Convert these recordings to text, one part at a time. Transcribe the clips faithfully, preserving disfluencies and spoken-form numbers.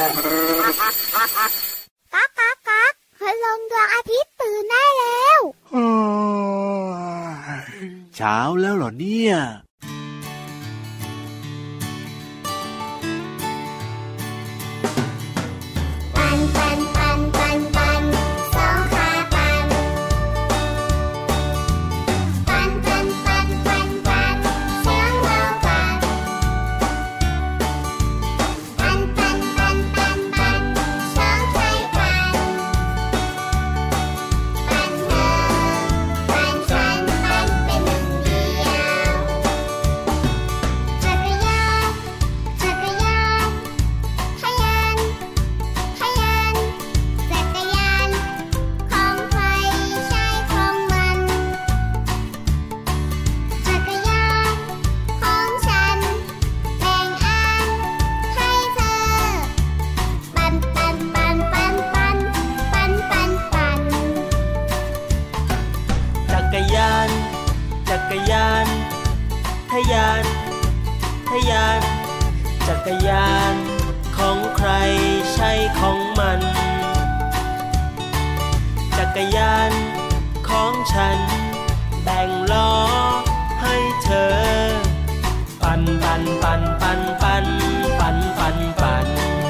ก๊ากก๊ากก๊ากพลังดวงอาทิตย์ตื่นได้แล้วเช้าแล้วเหรอเนี่ยจักรยานของใครใช่ของมันจักรยานของฉันแบ่งล้อให้เธอปั่นปั่นปั่นปั่นปั่นปั่นปั่นปั่น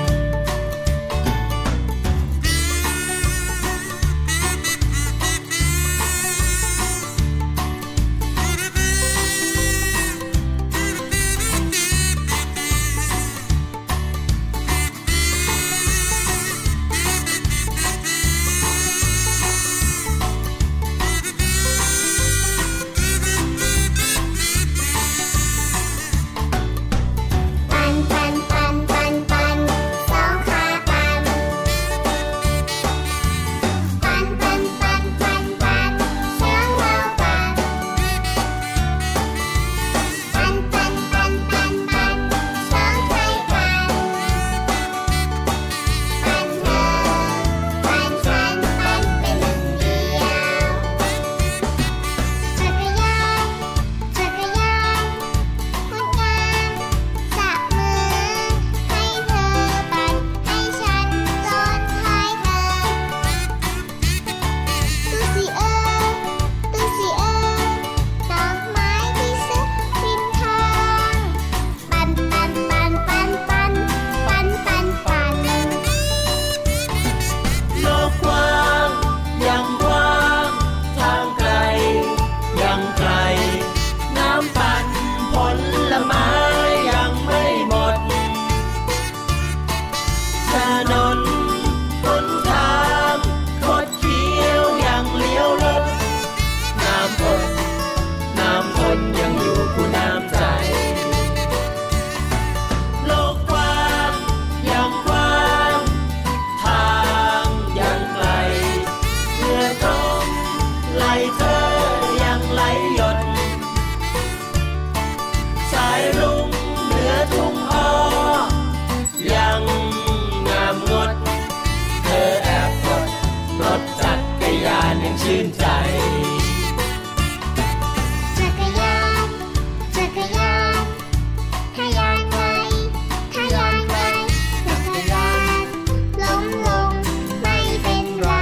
ชื่นใจจักรยานจักรยานทะยานไกลทะยานไกลจักรยานล้มลงไม่เป็นไร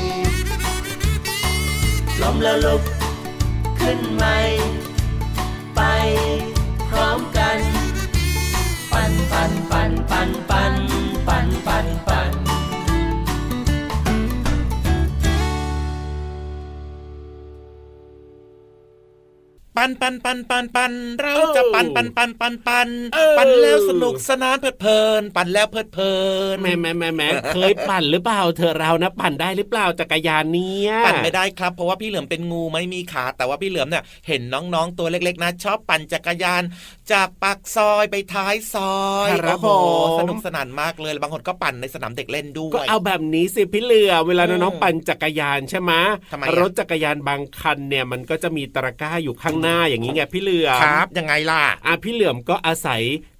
ล้มแล้วลุกขึ้นใหม่ไปพร้อมกันปั่นปั่นปั่นปั่นปั่นปั่นปั่นปั่นปันปันปันปันปันเราจะปันปันปันปันปันปันแล้วสนุกสนานเพลิดเพลินปันแล้วเพลิดเพลินแม่แม่แม่แม่เคยปั่นหรือเปล่าเธอเรานะปั่นได้หรือเปล่าจักรยานเนี้ยปั่นไม่ได้ครับเพราะว่าพี่เหลือมเป็นงูไม่มีขาแต่ว่าพี่เหลือมเนี่ยเห็นน้องๆตัวเล็กๆนะชอบปั่นจักรยานจากปากซอยไปท้ายซอยโอ้โหสนุกสนานมากเลยบางคนก็ปั่นในสนามเด็กเล่นด้วยก็เอาแบบนี้สิพี่เหลือมเวลาน้องๆปั่นจักรยานใช่ไหมรถจักรยานบางคันเนี่ยมันก็จะมีตะกร้าอยู่ข้างหน้าอย่างนี้ไงพี่เหลือมครับยังไงล่ะอ่ะพี่เหลือมก็อาศัย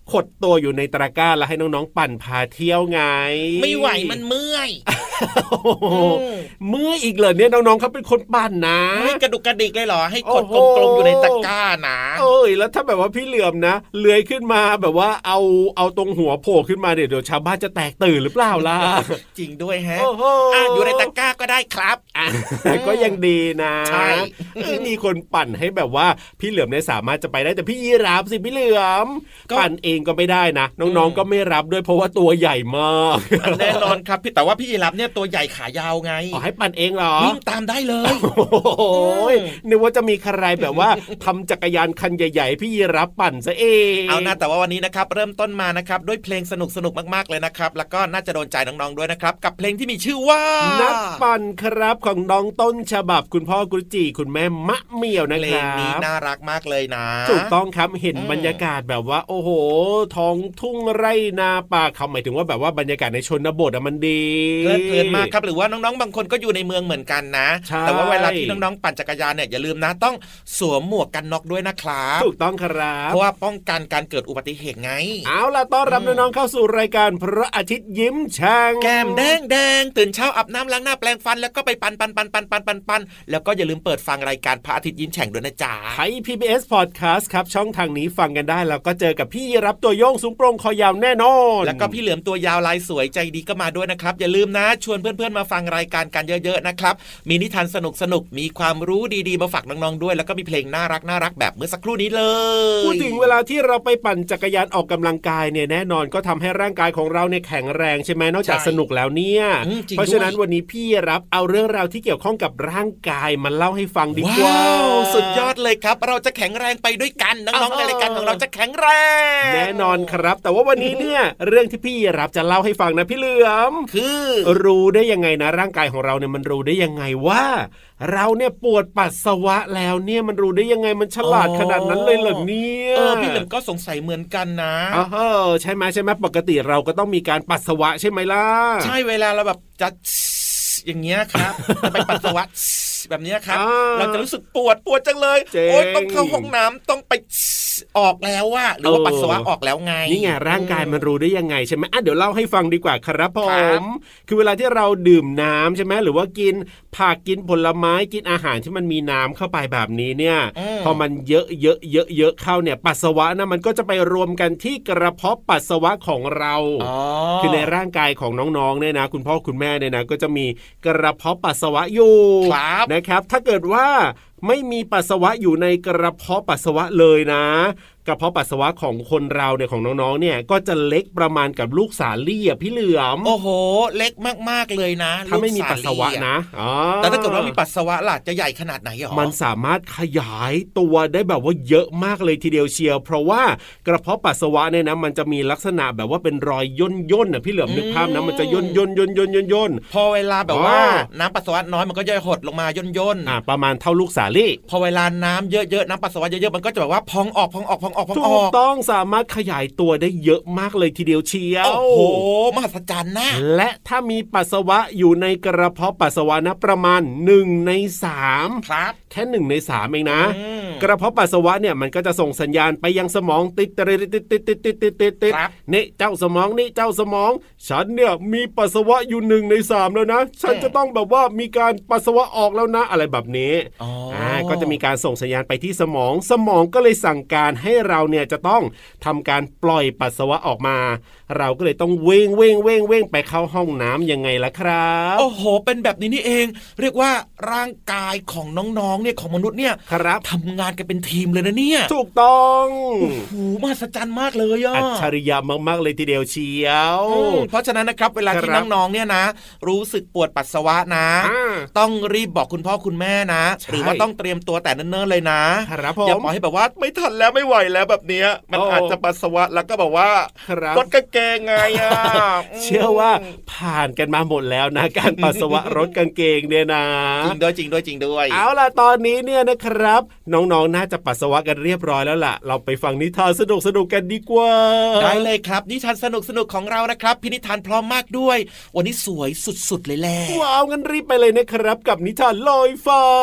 ขดตัวอยู่ในตะกร้าแล้วให้น้องๆปั่นพาเที่ยวไงไม่ไหวมันเมื่อยเมื่อยอีกเหรอเนี่ยน้องๆเขาเป็นคนปั่นนะไม่กระดุกกระดิกเลยเหรอให้กดกลมๆอยู่ในตะกร้านะเอ้ยแล้วถ้าแบบว่าพี่เหลือมนะเลื้อยขึ้นมาแบบว่าเอาเอาตรงหัวโผล่ขึ้นมาเดี๋ยวเดี๋ยวชาวบ้านจะแตกตื่นหรือเปล่าล่ะจริงด้วยฮะอ่ะอยู่ในตะกร้าก็ได้ครับก็ยังดีนะใช่มีคนปั่นให้แบบว่าพี่เหลือมเนี่ยสามารถจะไปได้แต่พี่ยีราฟสิพี่เหลือมปั่นเองก็ไม่ได้นะน้องๆก็ไม่รับด้วยเพราะว่าตัวใหญ่มากแน่นอนครับพี่แต่ว่าพี่ยีราฟเนี่ยตัวใหญ่ขายาวไงอ๋อให้ปั่นเองเหรอวิ่งตามได้เลยโอ้ยนึกว่าจะมีใครแบบว่าทำจักรยานคันใหญ่ๆพี่ยีราฟปั่นซะเองเอานะแต่ว่าวันนี้นะครับเริ่มต้นมานะครับด้วยเพลงสนุกๆมากๆเลยนะครับแล้วก็น่าจะโดนใจน้องๆด้วยนะครับกับเพลงที่มีชื่อว่านักปั่นครับของน้องต้นฉบับคุณพ่อกุจิคุณแม่มะเมี่ยวนะครับเพลงนี้น่ารักมากเลยนะถูกต้องครับเห็นบรรยากาศแบบว่าโอ้โหท้องทุ่งไร่นาป่าเขาหมายถึงว่าแบบว่าบรรยากาศในชนบทมันดีเพลินมากครับหรือว่าน้องๆบางคนก็อยู่ในเมืองเหมือนกันนะแต่ว่าเวลาที่น้องๆปั่นจักรยานเนี่ยอย่าลืมนะต้องสวมหมวกกันน็อกด้วยนะครับถูกต้องครับเพราะว่าป้องกันการเกิดอุบัติเหตุไงเอาล่ะต้อนรับน้องๆเข้าสู่รายการพระอาทิตย์ยิ้มช่างแก้มแดงแดงตื่นเช้าอาบน้ำล้างหน้าแปรงฟันแล้วก็ไปปั่นปั่นปั่นปั่นปั่นปั่นปั่นแล้วก็อย่าลืมเปิดฟังรายการพระอาทิตย์ยิ้มแฉ่งด้วยนะจ๊ะไทย พี บี เอส Podcast ครับช่องทางนี้ฟังกันได้แล้วก็เจอกับพี่รับตัวโยงสูงโปร่งคอยาวแน่นอนแล้วก็พี่เหลือมตัวยาวลายสวยใจดีก็มาด้วยนะครับอย่าลืมนะชวนเพื่อนๆมาฟังรายการกันเยอะๆนะครับมีนิทานสนุกๆมีความรู้ดีๆมาฝากน้องๆด้วยแล้วก็มีเพลงน่ารักน่ารักแบบเมื่อสักครู่นี้เลยพูดถึงเวลาที่เราไปปั่นจักรยานออกกำลังกายเนี่ยแน่นอนก็ทำให้ร่างกายของเราเนี่ยแข็งแรงใช่ไหมนอกจากสนุกแล้วเนี่ยเพราะฉะนั้นวันนี้พี่รับเอาเรื่องราวที่เกี่ยวข้องกับร่างกายมาเล่าให้ฟังดีกว่าสุดยอดเลยครับเราจะแข็งแรงไปด้วยกันน้องๆในรายการของเราจะแข็งแรงแน่นอนครับแต่ว่าวันนี้เนี่ยเรื่องที่พี่รับจะเล่าให้ฟังนะพี่เหลือมคือรู้ได้ยังไงนะร่างกายของเราเนี่ยมันรู้ได้ยังไงว่าเราเนี่ยปวดปัสสาวะแล้วเนี่ยมันรู้ได้ยังไงมันฉลาดขนาดนั้นเลยเหรอเนี่ยเออพี่เหลือมก็สงสัยเหมือนกันนะเออใช่ไหมใช่ไหมปกติเราก็ต้องมีการปัสสาวะใช่ไหมล่ะใช่เวลาเราแบบจะอย่างเงี้ยครับไปปัสสาวะแบบนี้ครับเราจะรู้สึกปวดปวดจังเลยโอ๊ยต้องเข้าห้องน้ำต้องไปออกแล้วว่าหรือว่าปัสสาวะออกแล้วไงนี่ไงร่างกายมันรู้ได้ยังไงใช่ไหมอ่ะเดี๋ยวเล่าให้ฟังดีกว่าครับผมคือเวลาที่เราดื่มน้ำใช่ไหมหรือว่ากินผักกินผลไม้กินอาหารที่มันมีน้ำเข้าไปแบบนี้เนี่ยพอมันเยอะเยอะเยอะเยอะเข้าเนี่ยปัสสาวะนะมันก็จะไปรวมกันที่กระเพาะปัสสาวะของเราคือในร่างกายของน้องๆเนี่ยนะคุณพ่อคุณแม่เนี่ยนะก็จะมีกระเพาะปัสสาวะอยู่นะครับถ้าเกิดว่าไม่มีปัสสาวะอยู่ในกระเพาะปัสสาวะเลยนะกระเพาะปัสสาวะของคนเราเนี่ยของน้องๆเนี่ยก็จะเล็กประมาณกับลูกสาลี่อ่ะพี่เหลือมโอ้โหเล็กมากๆเลยนะถ้าไม่มีปัสสาวะนะแต่ถ้าเกิดว่ามีปัสสาวะล่ะจะใหญ่ขนาดไหนหรอมันสามารถขยายตัวได้แบบว่าเยอะมากเลยทีเดียวเชียวเพราะว่ากระเพาะปัสสาวะเนี่ยนะมันจะมีลักษณะแบบว่าเป็นรอยย่นย่นน่ะพี่เหลือมนึกภาพนะมันจะย่นย่นย่นย่นย่นย่นพอเวลาแบบว่าน้ำปัสสาวะน้อยมันก็จะหดลงมาย่นย่นอ่าประมาณเท่าลูกสาลี่พอเวลาน้ำเยอะๆน้ำปัสสาวะเยอะๆมันก็จะแบบว่าพองออกพองออกพองออกพองออกต้องสามารถขยายตัวได้เยอะมากเลยทีเดียวเชียวโอ้โหมหัศจรรย์นะและถ้ามีปัสสาวะอยู่ในกระเพาะปัสสาวะนะประมาณหนึ่งในสามครับแค่หนึ่งในสามเองนะกระเพาะปัสสาวะเนี่ยมันก็จะส่งสัญญาณไปยังสมองติดติดติดติดติดติดติดติดติดนี่เจ้าสมองนี่เจ้าสมองฉันเนี่ยมีปัสสาวะอยู่หนึ่งในสามแล้วนะฉันจะต้องแบบว่ามีการปัสสาวะออกแล้วนะอะไรแบบนี้อ่าก็จะมีการส่งสัญญาณไปที่สมองสมองก็เลยสั่งการให้เราเนี่ยจะต้องทำการปล่อยปัสสาวะออกมาเราก็เลยต้องเว้งเว้งเว้งเว้งไปเข้าห้องน้ำยังไงล่ะครับโอ้โหเป็นแบบนี้นี่เองเรียกว่าร่างกายของน้องๆเนี่ยของมนุษย์เนี่ยครับทำงานกันเป็นทีมเลยนะเนี่ยถูกต้องโอ้โหมหัศจรรย์มากเลยอ่ะอัจฉริยะมากๆเลยทีเดียวเชียวเพราะฉะนั้นนะครับเวลาที่น้องๆเนี่ยนะรู้สึกปวดปัสสาวะนะต้องรีบบอกคุณพ่อคุณแม่นะหรือว่าต้องเตรียมตัวแต่เนิ่นๆเลยนะอย่าปล่อยให้แบบว่าไม่ทันแล้วไม่ไหวแล้วแบบเนี้ยมันอาจจะปัสสาวะแล้วก็บอกว่ารถกางเกงไงอ่ะเชื่อว่าผ่านกันมาหมดแล้วนะการปัสสาวะรถกางเกงเนี่ยนะจริงด้วยจริงด้วยจริงด้วยเอาล่ะตอนนี้เนี่ยนะครับน้องๆน่าจะปัสสาวะกันเรียบร้อยแล้วล่ะเราไปฟังนิทานสนุกสนุกกันดีกว่าได้เลยครับนิทานสนุกสนุกของเรานะครับพี่นิทานพร้อมมากด้วยวันนี้สวยสุดๆเลยแหละว้าวงั้นรีบไปเลยนะครับกับนิทานลอยฟ้า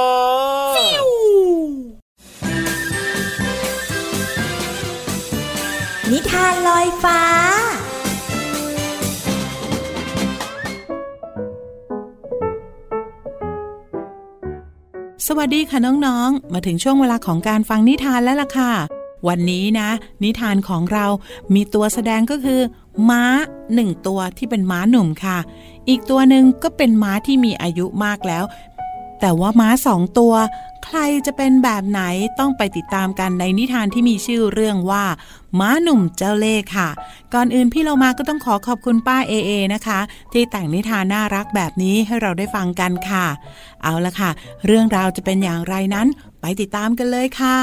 นิทานลอยฟ้าสวัสดีค่ะน้องๆมาถึงช่วงเวลาของการฟังนิทานแล้วล่ะค่ะวันนี้นะนิทานของเรามีตัวแสดงก็คือม้าหนึ่งตัวที่เป็นม้าหนุ่มค่ะอีกตัวหนึ่งก็เป็นม้าที่มีอายุมากแล้วแต่ว่าม้าสองตัวใครจะเป็นแบบไหนต้องไปติดตามกันในนิทานที่มีชื่อเรื่องว่าม้าหนุ่มเจ้าเล่ห์ค่ะก่อนอื่นพี่เรามาก็ต้องขอขอบคุณป้าเอเอนะคะที่แต่งนิทานน่ารักแบบนี้ให้เราได้ฟังกันค่ะเอาละค่ะเรื่องราวจะเป็นอย่างไรนั้นไปติดตามกันเลยค่ะ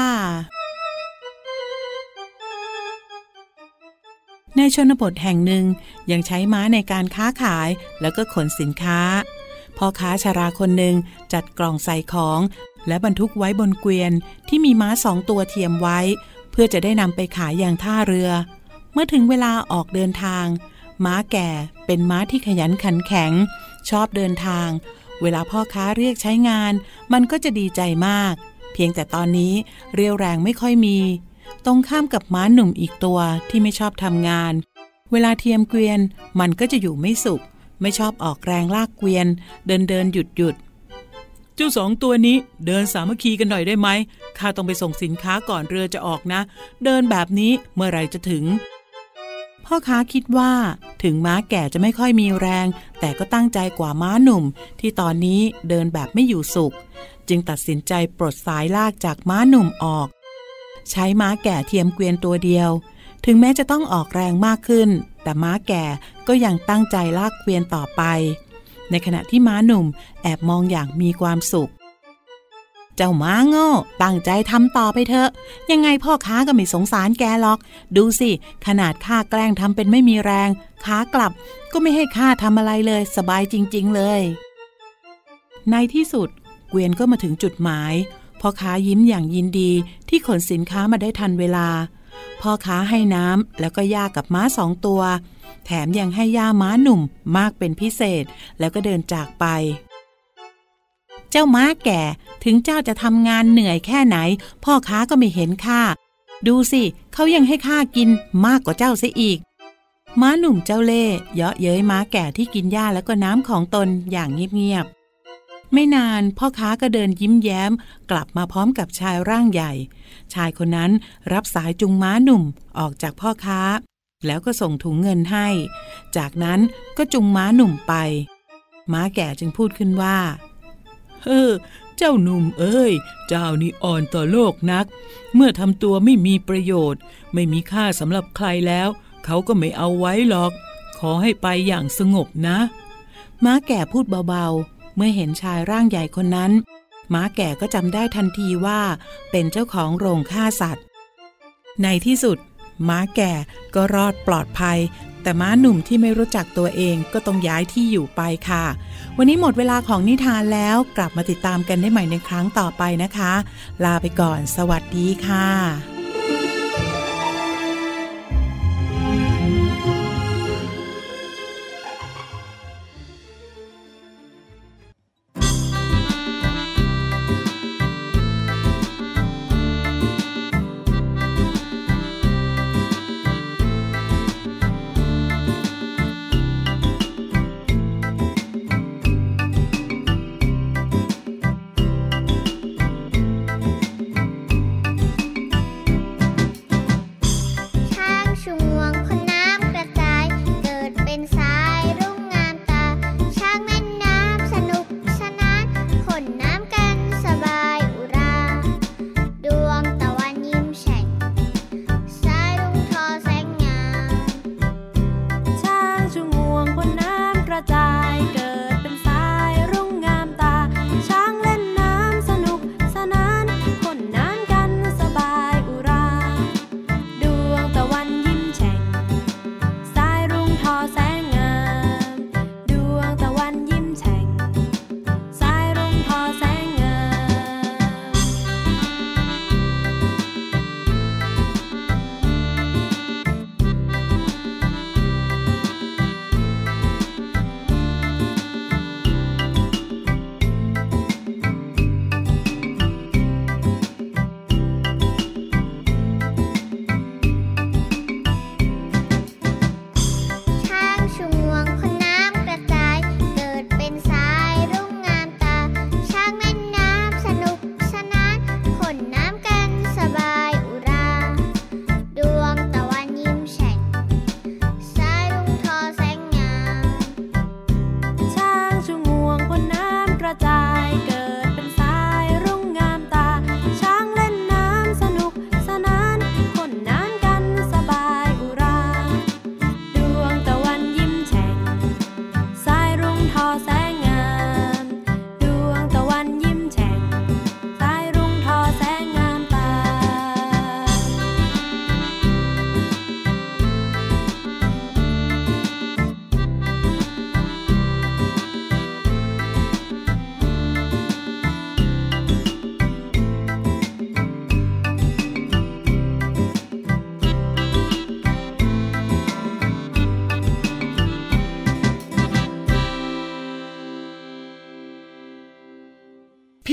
ในชนบทแห่งหนึ่งยังใช้ม้าในการค้าขายแล้วก็ขนสินค้าพ่อค้าชราคนหนึ่งจัดกล่องใส่ของและบรรทุกไว้บนเกวียนที่มีม้าสองตัวเทียมไว้เพื่อจะได้นำไปขายอย่างท่าเรือเมื่อถึงเวลาออกเดินทางม้าแก่เป็นม้าที่ขยันขันแข็งชอบเดินทางเวลาพ่อค้าเรียกใช้งานมันก็จะดีใจมากเพียงแต่ตอนนี้เรี่ยวแรงไม่ค่อยมีตรงข้ามกับม้าหนุ่มอีกตัวที่ไม่ชอบทำงานเวลาเทียมเกวียนมันก็จะอยู่ไม่สุขไม่ชอบออกแรงลากเกวียนเดินเดินหยุดหยุดเจ้าสองตัวนี้เดินสามัคคีกันหน่อยได้ไหมข้าต้องไปส่งสินค้าก่อนเรือจะออกนะเดินแบบนี้เมื่อไรจะถึงพ่อค้าคิดว่าถึงม้าแก่จะไม่ค่อยมีแรงแต่ก็ตั้งใจกว่าม้าหนุ่มที่ตอนนี้เดินแบบไม่อยู่สุขจึงตัดสินใจปลดสายลากจากม้าหนุ่มออกใช้ม้าแก่เทียมเกวียนตัวเดียวถึงแม้จะต้องออกแรงมากขึ้นแต่ม้าแก่ก็ยังตั้งใจลากเกวียนต่อไปในขณะที่ม้าหนุ่มแอบมองอย่างมีความสุขเจ้าม้าโง่ตั้งใจทำต่อไปเถอะยังไงพ่อค้าก็ไม่สงสารแกหรอกดูสิขนาดข้าแกล้งทำเป็นไม่มีแรงขากลับก็ไม่ให้ข้าทำอะไรเลยสบายจริงๆเลยในที่สุดเกวียนก็มาถึงจุดหมายพ่อค้ายิ้มอย่างยินดีที่ขนสินค้ามาได้ทันเวลาพ่อค้าให้น้ำแล้วก็หญ้ากับม้าสองตัวแถมยังให้หญ้าม้าหนุ่มมากเป็นพิเศษแล้วก็เดินจากไปเจ้าม้าแก่ถึงเจ้าจะทำงานเหนื่อยแค่ไหนพ่อค้าก็ไม่เห็นค่าดูสิเขายังให้ข้ากินมากกว่าเจ้าเสียอีกม้าหนุ่มเจ้าเล่ห์เยาะเย้ยม้าแก่ที่กินหญ้าแล้วก็น้ำของตนอย่างเงียบๆไม่นานพ่อค้าก็เดินยิ้มแย้มกลับมาพร้อมกับชายร่างใหญ่ชายคนนั้นรับสายจูงม้าหนุ่มออกจากพ่อค้าแล้วก็ส่งถุงเงินให้จากนั้นก็จูงม้าหนุ่มไปม้าแก่จึงพูดขึ้นว่าเฮ้อเจ้าหนุ่มเอ้ยเจ้านี่อ่อนต่อโลกนักเมื่อทำตัวไม่มีประโยชน์ไม่มีค่าสำหรับใครแล้วเขาก็ไม่เอาไว้หรอกขอให้ไปอย่างสงบนะม้าแก่พูดเบาๆเมื่อเห็นชายร่างใหญ่คนนั้นม้าแก่ก็จำได้ทันทีว่าเป็นเจ้าของโรงฆ่าสัตว์ในที่สุดม้าแก่ก็รอดปลอดภัยแต่ม้าหนุ่มที่ไม่รู้จักตัวเองก็ต้องย้ายที่อยู่ไปค่ะวันนี้หมดเวลาของนิทานแล้วกลับมาติดตามกันได้ใหม่ในครั้งต่อไปนะคะลาไปก่อนสวัสดีค่ะ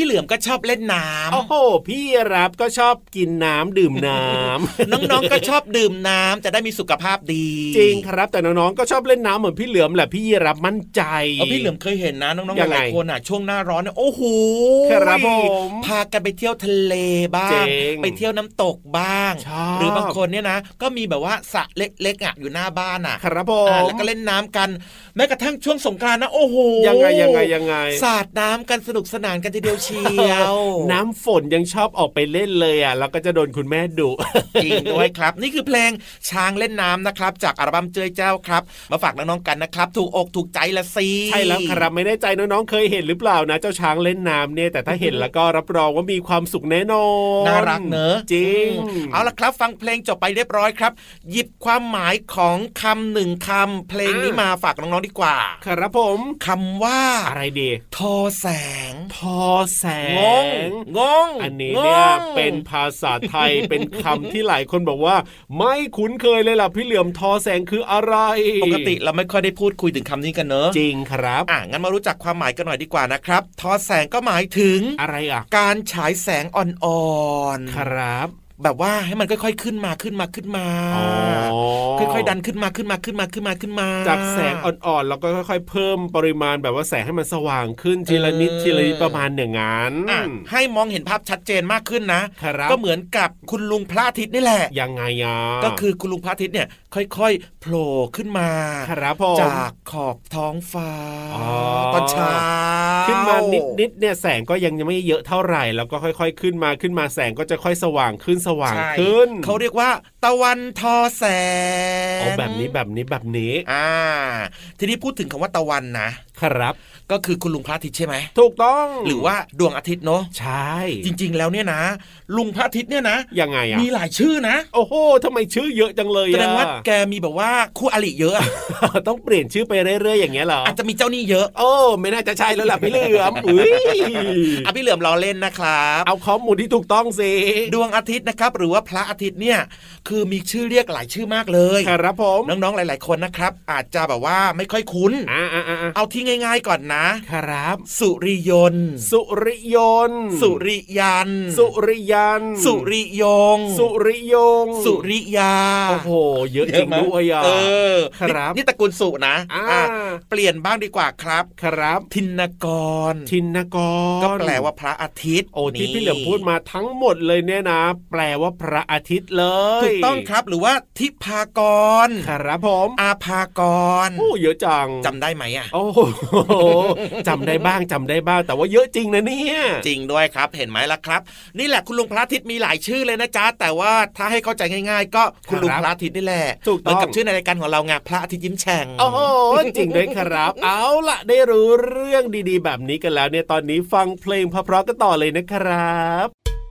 พี่เหลือมก็ชอบเล่นน้ำโอ้โหพี่รับก็ชอบกินน้ำดื่มน้ำน้องๆก็ชอบดื่มน้ำจะได้มีสุขภาพดีจริงครับแต่น้องๆก็ชอบเล่นน้ำเหมือนพี่เหลือมแหละพี่รับมั่นใจเออพี่เหลือมเคยเห็นนะน้องๆหลายคนอ่ะช่วงหน้าร้อนเนี่ยโอ้โหครับผมพากันไปเที่ยวทะเลบ้างไปเที่ยวน้ำตกบ้างหรือบางคนเนี่ยนะก็มีแบบว่าสระเล็กๆอ่ะอยู่หน้าบ้านอ่ะครับผมแล้วก็เล่นน้ำกันแม้กระทั่งช่วงสงกรานต์นะโอ้โหยังไงยังไงยังไงสาดน้ำกันสนุกสนานกันทีเดียวเชียวน้ำฝนยังชอบออกไปเล่นเลยอ่ะแล้วก็จะโดนคุณแม่ดุจริงด้วยครับนี่คือเพลงช้างเล่นน้ำนะครับจากอัลบั้มเจ้ยเจ้าครับมาฝากน้องๆกันนะครับถูกอกถูกใจละสิใช่แล้วครับไม่แน่ใจน้องๆเคยเห็นหรือเปล่านะเจ้าช้างเล่นน้ำเนี่ยแต่ถ้าเห็นแล้วก็รับรองว่ามีความสุขแน่นอนน่ารักเนอะจริงเอาล่ะครับฟังเพลงจบไปเรียบร้อยครับหยิบความหมายของคำหนึ่งคำเพลงนี้มาฝากน้องๆดีกว่าครับผมคำว่าอะไรดีทอแสงทอแสงงงงงอันนี้เนี่ยเป็นภาษาไทยเป็นคำที่หลายคนบอกว่าไม่คุ้นเคยเลยล่ะพี่เหลือมทอแสงคืออะไรปกติเราไม่ค่อยได้พูดคุยถึงคำนี้กันเนอะจริงครับอ่ะงั้นมารู้จักความหมายกันหน่อยดีกว่านะครับทอแสงก็หมายถึงอะไรอ่ะการฉายแสงอ่อนๆครับแบบว่าให้มันค่อยๆขึ้นมาขึ้นมาขึ้นมาค่อยๆดันขึ้นมาขึ้นมาขึ้นมาขึ้นมาขึ้นมาจากแสงอ่อนๆแล้วก็ค่อยๆเพิ่มปริมาณแบบว่าแสงให้มันสว่างขึ้นทีละนิดทีละนิดประมาณอย่างนั้นให้มองเห็นภาพชัดเจนมากขึ้นนะก็เหมือนกับคุณลุงพระอาทิตย์นี่แหละยังไงอ่ะก็คือคุณลุงพระอาทิตย์เนี่ยค่อยๆโผล่ขึ้นมาจากขอบท้องฟ้าตอนเช้าขึ้นมานิดๆเนี่ยแสงก็ยังไม่เยอะเท่าไหร่แล้วก็ค่อยๆขึ้นมาขึ้นมาแสงก็จะค่อยสว่างขึ้นสว่างขึ้นเขาเรียกว่าตะวันทอแสงอ๋อแบบนี้แบบนี้แบบนี้อ่าทีนี้พูดถึงคำว่าตะวันนะครับก็คือคุณลุงพระอาทิตย์ใช่ไหมถูกต้องหรือว่าดวงอาทิตย์เนาะใช่จริงๆแล้วเนี่ยนะลุงพระอาทิตย์เนี่ยนะยังไงอ่ะมีหลายชื่อนะโอ้โหทำไมชื่อเยอะจังเลยแสดงว่าแกมีแบบว่าคู่อริเยอะต้องเปลี่ยนชื่อไปเรื่อยๆอย่างเงี้ยเหรออาจจะมีเจ้าหนี้เยอะโอ้ไม่น่าจะใช่แล้วล่ะพี่เหลือมอุ้ยอ่ะพี่เหลือมล้อเล่นนะครับเอาข้อมูลที่ถูกต้องสิดวงอาทิตย์นะครับหรือว่าพระอาทิตย์เนี่ยคือมีชื่อเรียกหลายชื่อมากเลยครับผมน้องๆหลายๆคนนะครับอาจจะแบบว่าไม่ค่อยคุ้นอ่าๆเอาที่ง่ายๆก่อนนะครับสุริยนต์สุริยนต์สุริยันสุริยันสุริยงสุริยงสุริยาโอ้โหเยอะจริงด้วยอ่ะเออครับนี่ตระกูลสุนะอ่าเปลี่ยนบ้างดีกว่าครับครับธินกรธินกรก็แปลว่าพระอาทิตย์โอ้ที่พี่เหลือมพูดมาทั้งหมดเลยเนี่ยนะแปลว่าพระอาทิตย์เลยถูกต้องครับหรือว่าทิพากรครับผมอาภากรโอ้เยอะจังจำได้ไหมอ่ะโอ้จำได้บ้างจำได้บ้างแต่ว่าเยอะจริงนะเนี่ยจริงด้วยครับเห็นไหมล่ะครับนี่แหละคุณลุงพระอาทิตย์มีหลายชื่อเลยนะจ๊ะแต่ว่าถ้าให้เข้าใจง่ายๆก็คุณลุงพระอาทิตย์นี่แหละเหมือนกับชื่อในรายการของเราไงพระอาทิตย์ยิ้มแฉ่งโอ้โหจริงด้วยครับเอาล่ะได้รู้เรื่องดีๆแบบนี้กันแล้วเนี่ยตอนนี้ฟังเพลงเพราะๆกันต่อเลยนะครับ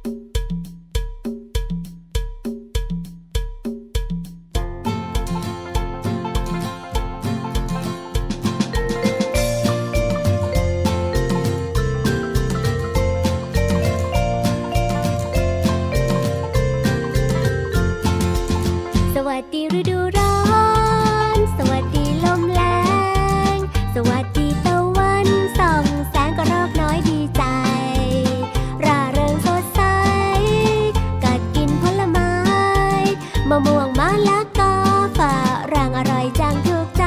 สวัสดีฤดูร้อนสวัสดีลมแรงสวัสดีตะวันส่องแสงกระรอกน้อยดีใจร่าเริงสดใสกัดกินผลไม้มะม่วงมะละกอฝรั่งอร่อยจังถูกใจ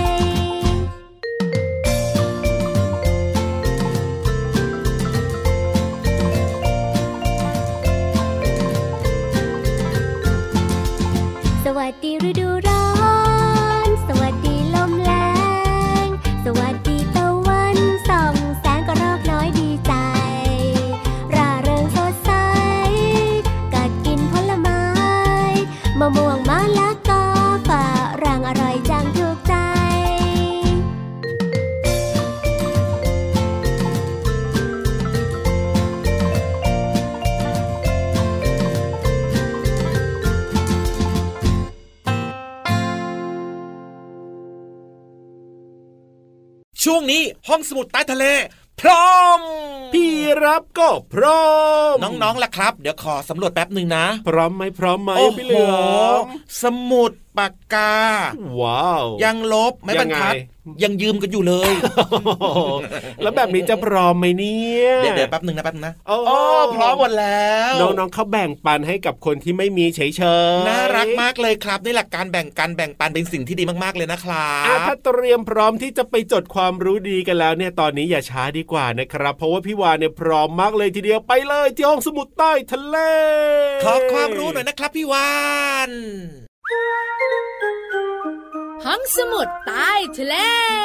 สวัสดีฤดูร้อนสวัสดีลมแรงสวัสดีตะวันส่องแสงกระรอกน้อยดีใจร่าเริงสดใสกัดกินผลไม้มะม่วงมะละกอฝรั่งอร่อยจังถูกใจช่วงนี้ห้องสมุดใต้ทะเลพร้อมพี่รับก็พร้อมน้องๆล่ะครับเดี๋ยวขอสำรวจแป๊บนึงนะพร้อมไหมพร้อมไหมพี่เหลือมสมุดปากกาว้าวยังลบไม่บรรทัดยังยืมกันอยู่เลยแล้วแบบนี้จะพร้อมไหมเนี่ยเดี๋ยวแป๊บนึงนะแป๊บนึงนะโอ้พร้อมหมดแล้วน้องๆเขาแบ่งปันให้กับคนที่ไม่มีเฉยๆน่ารักมากเลยครับนี่แหละการแบ่งกันแบ่งปันเป็นสิ่งที่ดีมากๆเลยนะครับถ้าเตรียมพร้อมที่จะไปจดความรู้ดีกันแล้วเนี่ยตอนนี้อย่าช้าดีกว่านะครับเพราะว่าพี่วานเนี่ยพร้อมมากเลยทีเดียวไปเลยที่ห้องสมุดใต้ทะเลขอความรู้หน่อยนะครับพี่วานห้องสมุดใต้ทะเล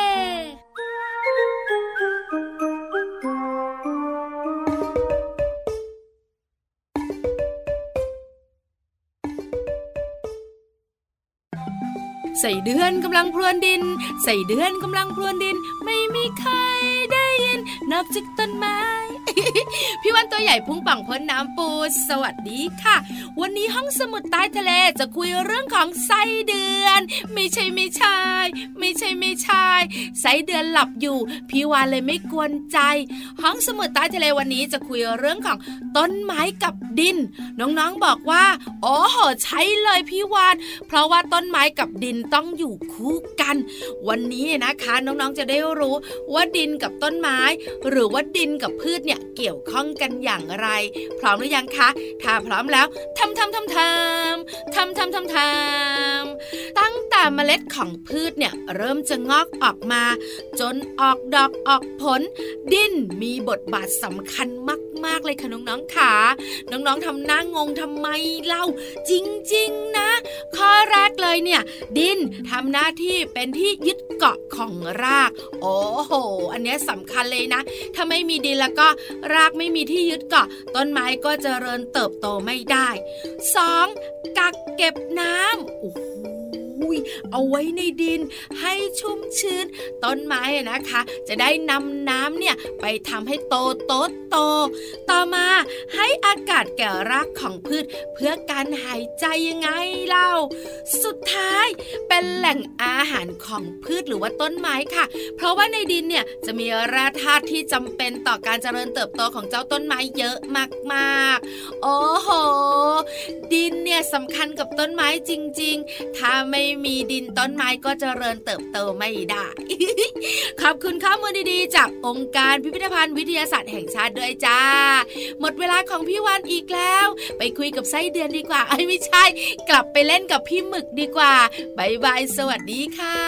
ใส่เดือนกำลังพรวนดินใส่เดือนกำลังพรวนดินไม่มีใครได้ยินนอกจากต้นไม้ พี่วันตัวใหญ่พุงป่องพ้นน้ำปูสวัสดีค่ะวันนี้ห้องสมุดใต้ทะเลจะคุยเรื่องของไส้เดือนไม่ใช่ไม่ใช่ไม่ใช่ไม่ใช่ไส้เดือนหลับอยู่พี่วานเลยไม่กวนใจห้องสมุดใต้ทะเลวันนี้จะคุยเรื่องของต้นไม้กับดินน้องๆบอกว่าโอ้โหใช่เลยพี่วานเพราะว่าต้นไม้กับดินต้องอยู่คู่กันวันนี้นะคะน้องๆจะได้รู้ว่าดินกับต้นไม้หรือว่าดินกับพืชเนี่ยเกี่ยวข้องกันอย่างไรพร้อมหรือยังคะถ้าพร้อมแล้วทำทำทำทำทำทำทำทำตั้งแต่เมล็ดของพืชเนี่ยเริ่มจะงอกออกมาจนออกดอกออกผลดินมีบทบาทสำคัญมากๆเลยค่ะน้องๆค่ะน้องๆทำหน้างงทำไมเล่าจริงๆนะข้อแรกเลยเนี่ยดินทำหน้าที่เป็นที่ยึดเกาะของรากโอ้โหอันนี้สำคัญเลยนะถ้าไม่มีดินแล้วก็รากไม่มีที่ยึดเกาะต้นไม้ก็เจริญเติบโตไม่ได้สองกักเก็บน้ำโอ้โหเอาไว้ในดินให้ชุ่มชื้นต้นไม้นะคะจะได้นำน้ำเนี่ยไปทำให้โตโตโตต่อมาให้อากาศแก่รากของพืชเพื่อการหายใจยังไงเล่าสุดท้ายเป็นแหล่งอาหารของพืชหรือว่าต้นไม้ค่ะเพราะว่าในดินเนี่ยจะมีแร่ธาตุที่จำเป็นต่อการเจริญเติบโตของเจ้าต้นไม้เยอะมากๆโอ้โหดินเนี่ยสำคัญกับต้นไม้จริงๆถ้าไม่มีดินต้นไม้ก็เจริญเติบโตไม่ได้ ขอบคุณข้อมูลดีๆจากองค์การพิพิธภัณฑ์วิทยาศาสตร์แห่งชาติด้วยจ้าหมดเวลาของพี่วานอีกแล้วไปคุยกับไส้เดือนดีกว่าไอ้ไม่ใช่กลับไปเล่นกับพี่หมึกดีกว่าบ๊ายบายสวัสดีค่ะ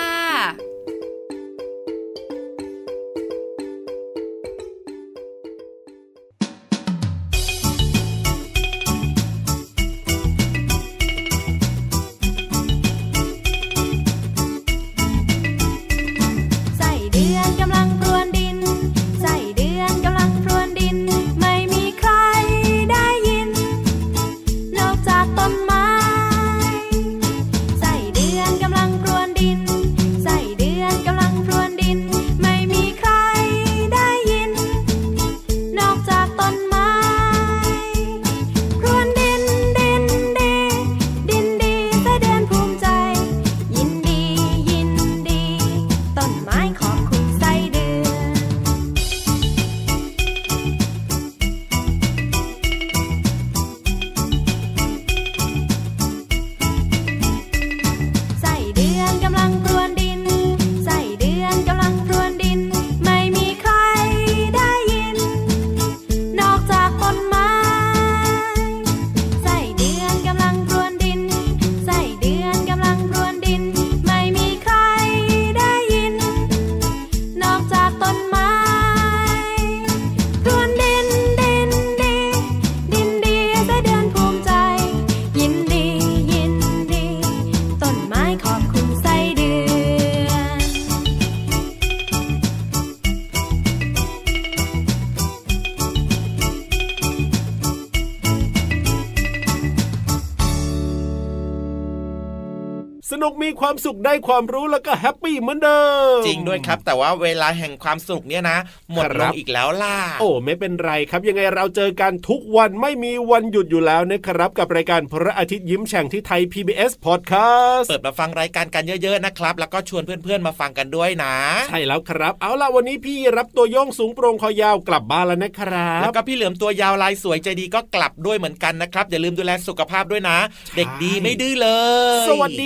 สนุกมีความสุขได้ความรู้แล้วก็แฮปปี้เหมือนเดิมจริงด้วยครับแต่ว่าเวลาแห่งความสุขเนี่ยนะหมดลงอีกแล้วล่ะโอ้ไม่เป็นไรครับยังไงเราเจอกันทุกวันไม่มีวันหยุดอยู่แล้วนะครับกับรายการพระอาทิตย์ยิ้มแฉ่งที่ไทย พี บี เอส Podcast เปิดมาฟังรายการกันเยอะๆนะครับแล้วก็ชวนเพื่อนๆมาฟังกันด้วยนะใช่แล้วครับเอาล่ะวันนี้พี่รับตัวโยงสูงโปร่งคอยาวกลับบ้านแล้วนะครับแล้วก็พี่เหลือมตัวยาวลายสวยใจดีก็กลับด้วยเหมือนกันนะครับอย่าลืมดูแลสุขภาพด้วยนะเด็กดีไม่ดื้อเลยสวัสดีครั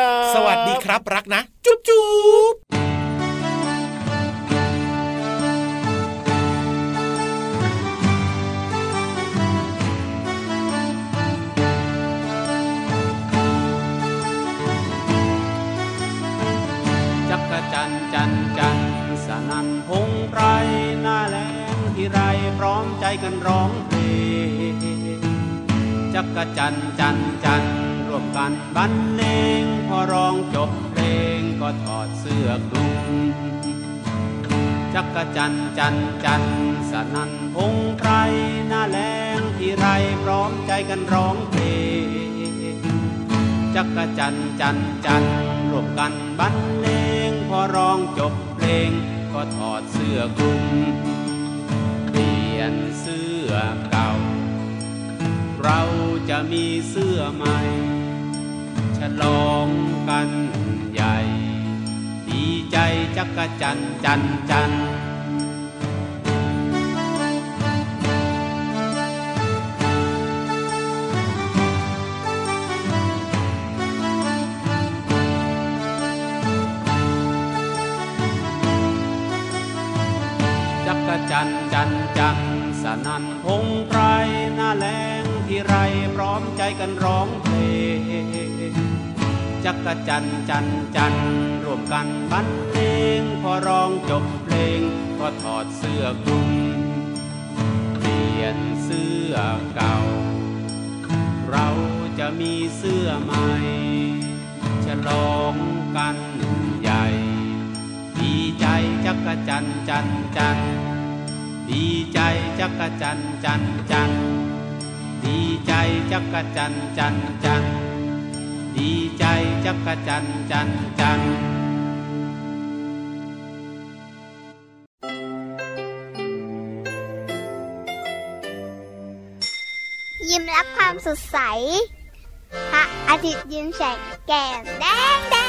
ครับสวัสดีครับรักนะจุ๊บจุ๊บจักจันจันจันสนั่นพงไพรหน้าแล้งที่ไรพร้อมใจกันร้องเพลงจักจันจันจันร่วมกันบรรเลงพอร้องจบเพลงก็ถอดเสื้อคลุมจักจันจันจันสนั่นพงไพรหน้าแล้งที่ไรพร้อมใจกันร้องเพลงจักจันจันจันร่วมกันบรรเลงพอร้องจบเพลงก็ถอดเสื้อคลุมเปลี่ยนเสื้อเก่าเราจะมีเสื้อใหม่ฉลองกันใหญ่ดีใจจักจันจันจันจักจันจันจันสนั่นพงไพรหน้าแล้งที่ไรพร้อมใจกันร้องเพลงจักจันจันจันร่วมกันบรรเลงพอร้องจบเพลงก็ถอดเสื้อคลุมเปลี่ยนเสื้อเก่าเราจะมีเสื้อใหม่ฉลองกันใหญ่ดีใจจักจันจันจันดีใจจักจันจันจันดีใจจักจันจันจันดีใจจักจันจันจันยิ้มรับความสดใสพระอาทิตย์ยิ้มแฉกแก้มแดงแดง